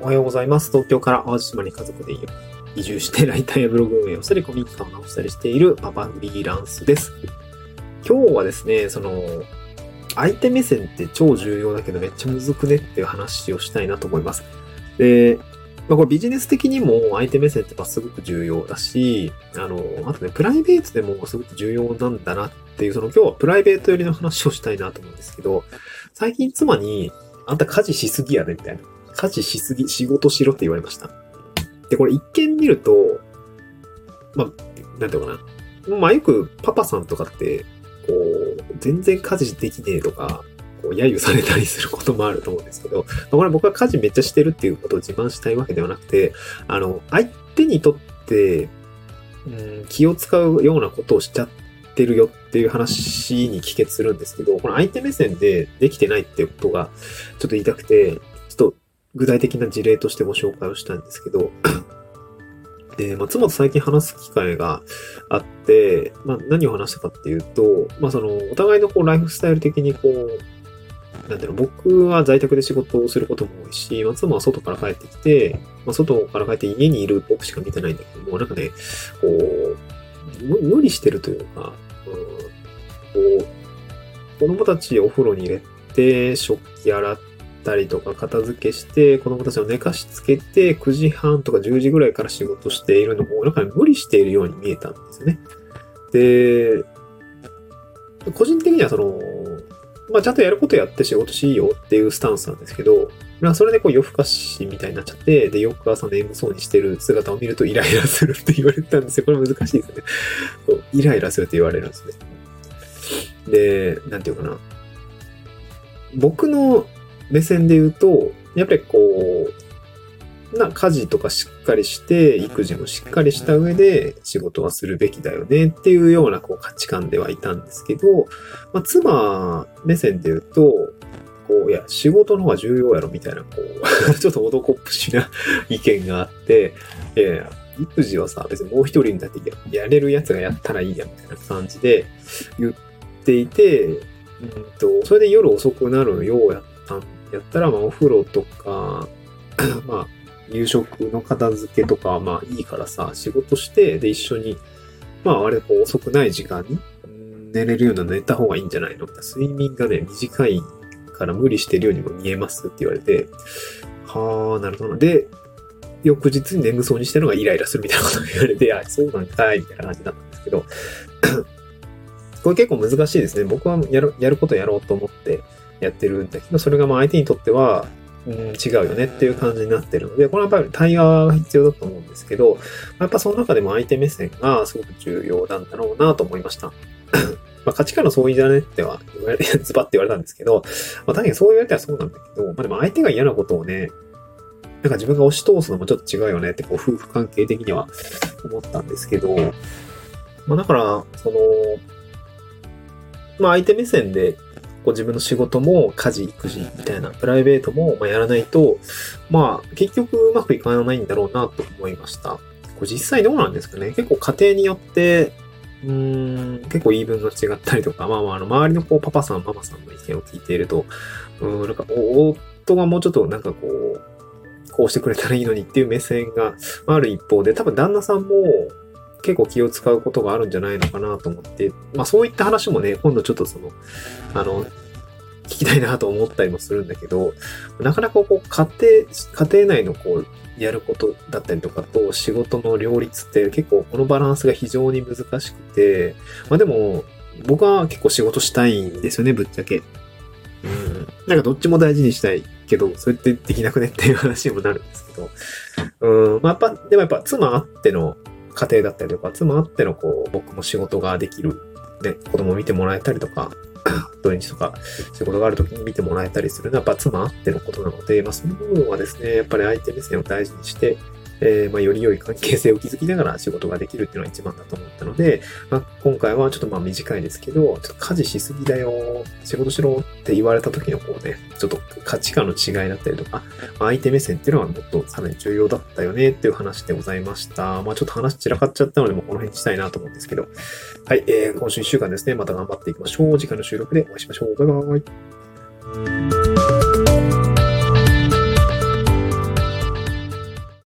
はようございます。東京から淡路島に家族で移住してライターやブログ運営をしたり、古民家を直したりしているパパフリーランスです。今日はですね、相手目線って超重要だけどめっちゃむずくねっていう話をしたいなと思います。で、これビジネス的にも相手目線ってすごく重要だし、あとね、プライベートでもすごく重要なんだなっていう、今日はプライベート寄りの話をしたいなと思うんですけど、最近妻に、あんた家事しすぎやでみたいな。家事しすぎ、仕事しろって言われました。で、これ一見見ると、なんていうかな。よくパパさんとかって、全然家事できねえとか、揶揄されたりすることもあると思うんですけど、これ僕は家事めっちゃしてるっていうことを自慢したいわけではなくて、相手にとって、気を使うようなことをしちゃってるよっていう話に帰結するんですけど、この相手目線でできてないっていうことがちょっと言いたくて、ちょっと具体的な事例としてご紹介をしたんですけど、で、妻と最近話す機会があって、何を話したかっていうと、お互いのライフスタイル的に僕は在宅で仕事をすることも多いし、妻は外から帰ってきて、外から帰って家にいる僕しか見てないんだけども、無理してるというか、子供たちをお風呂に入れて、食器洗ったりとか片付けして、子供たちを寝かしつけて、9時半とか10時ぐらいから仕事しているのも、無理しているように見えたんですよね。で、個人的にはちゃんとやることやって仕事しいいよっていうスタンスなんですけど、それで夜更かしみたいになっちゃって、で、翌朝眠そうにしてる姿を見るとイライラするって言われたんですよ。これ難しいですね。イライラするって言われるんですね。で、なんていうかな。僕の目線で言うと、やっぱり家事とかしっかりして、育児もしっかりした上で仕事はするべきだよねっていうような価値観ではいたんですけど、妻目線で言うと、いや、仕事の方が重要やろみたいな、ちょっと男っぷしな意見があって、育児はさ、別にもう一人にだってやれるやつがやったらいいやみたいな感じで言っていて、それで夜遅くなるのようやったら、お風呂とか、夕食の片付けとかいいからさ、仕事して、で、一緒に、遅くない時間に寝れるような寝た方がいいんじゃないの？睡眠がね、短いから無理してるようにも見えますって言われて、はー、なるほどな。で、翌日に眠そうにしてるのがイライラするみたいなことを言われて、そうなんかいみたいな感じだったんですけど、これ結構難しいですね。僕はやることやろうと思ってやってるんだけど、それが相手にとっては、違うよねっていう感じになってるので、これはやっぱり対話が必要だと思うんですけど、やっぱその中でも相手目線がすごく重要なんだろうなと思いました。価値観の相違だねってはズバッて言われたんですけど、確かにそう言われたらそうなんだけど、でも相手が嫌なことをね、自分が押し通すのもちょっと違うよねって夫婦関係的には思ったんですけど、だから、相手目線で自分の仕事も家事、育児みたいなプライベートもやらないと、結局うまくいかないんだろうなと思いました。実際どうなんですかね。結構家庭によって、結構言い分が違ったりとか、周りのパパさん、ママさんの意見を聞いていると、夫がもうちょっとこうしてくれたらいいのにっていう目線がある一方で、多分旦那さんも結構気を使うことがあるんじゃないのかなと思って、そういった話もね、今度ちょっと聞きたいなと思ったりもするんだけど、なかなか家庭内のやることだったりとかと仕事の両立って結構このバランスが非常に難しくて、でも僕は結構仕事したいんですよね、ぶっちゃけ。どっちも大事にしたいけど、それってできなくねっていう話にもなるんですけど、でもやっぱ妻あっての家庭だったりとか、妻あっての僕も仕事ができる、ね、子供を見てもらえたりとか、土日とか仕事がある時に見てもらえたりするのはやっぱ妻あってのことなので、その部分はですね、やっぱり相手目線を大事にして、より良い関係性を築きながら仕事ができるっていうのが一番だと思ったので、今回はちょっと短いですけど、ちょっと家事しすぎだよ、仕事しろって言われた時のちょっと価値観の違いだったりとか、相手目線っていうのはもっとさらに重要だったよねっていう話でございました。ちょっと話散らかっちゃったので、この辺にしたいなと思うんですけど、はい、今週1週間ですね、また頑張っていきましょう。次回の収録でお会いしましょう。バイバイ。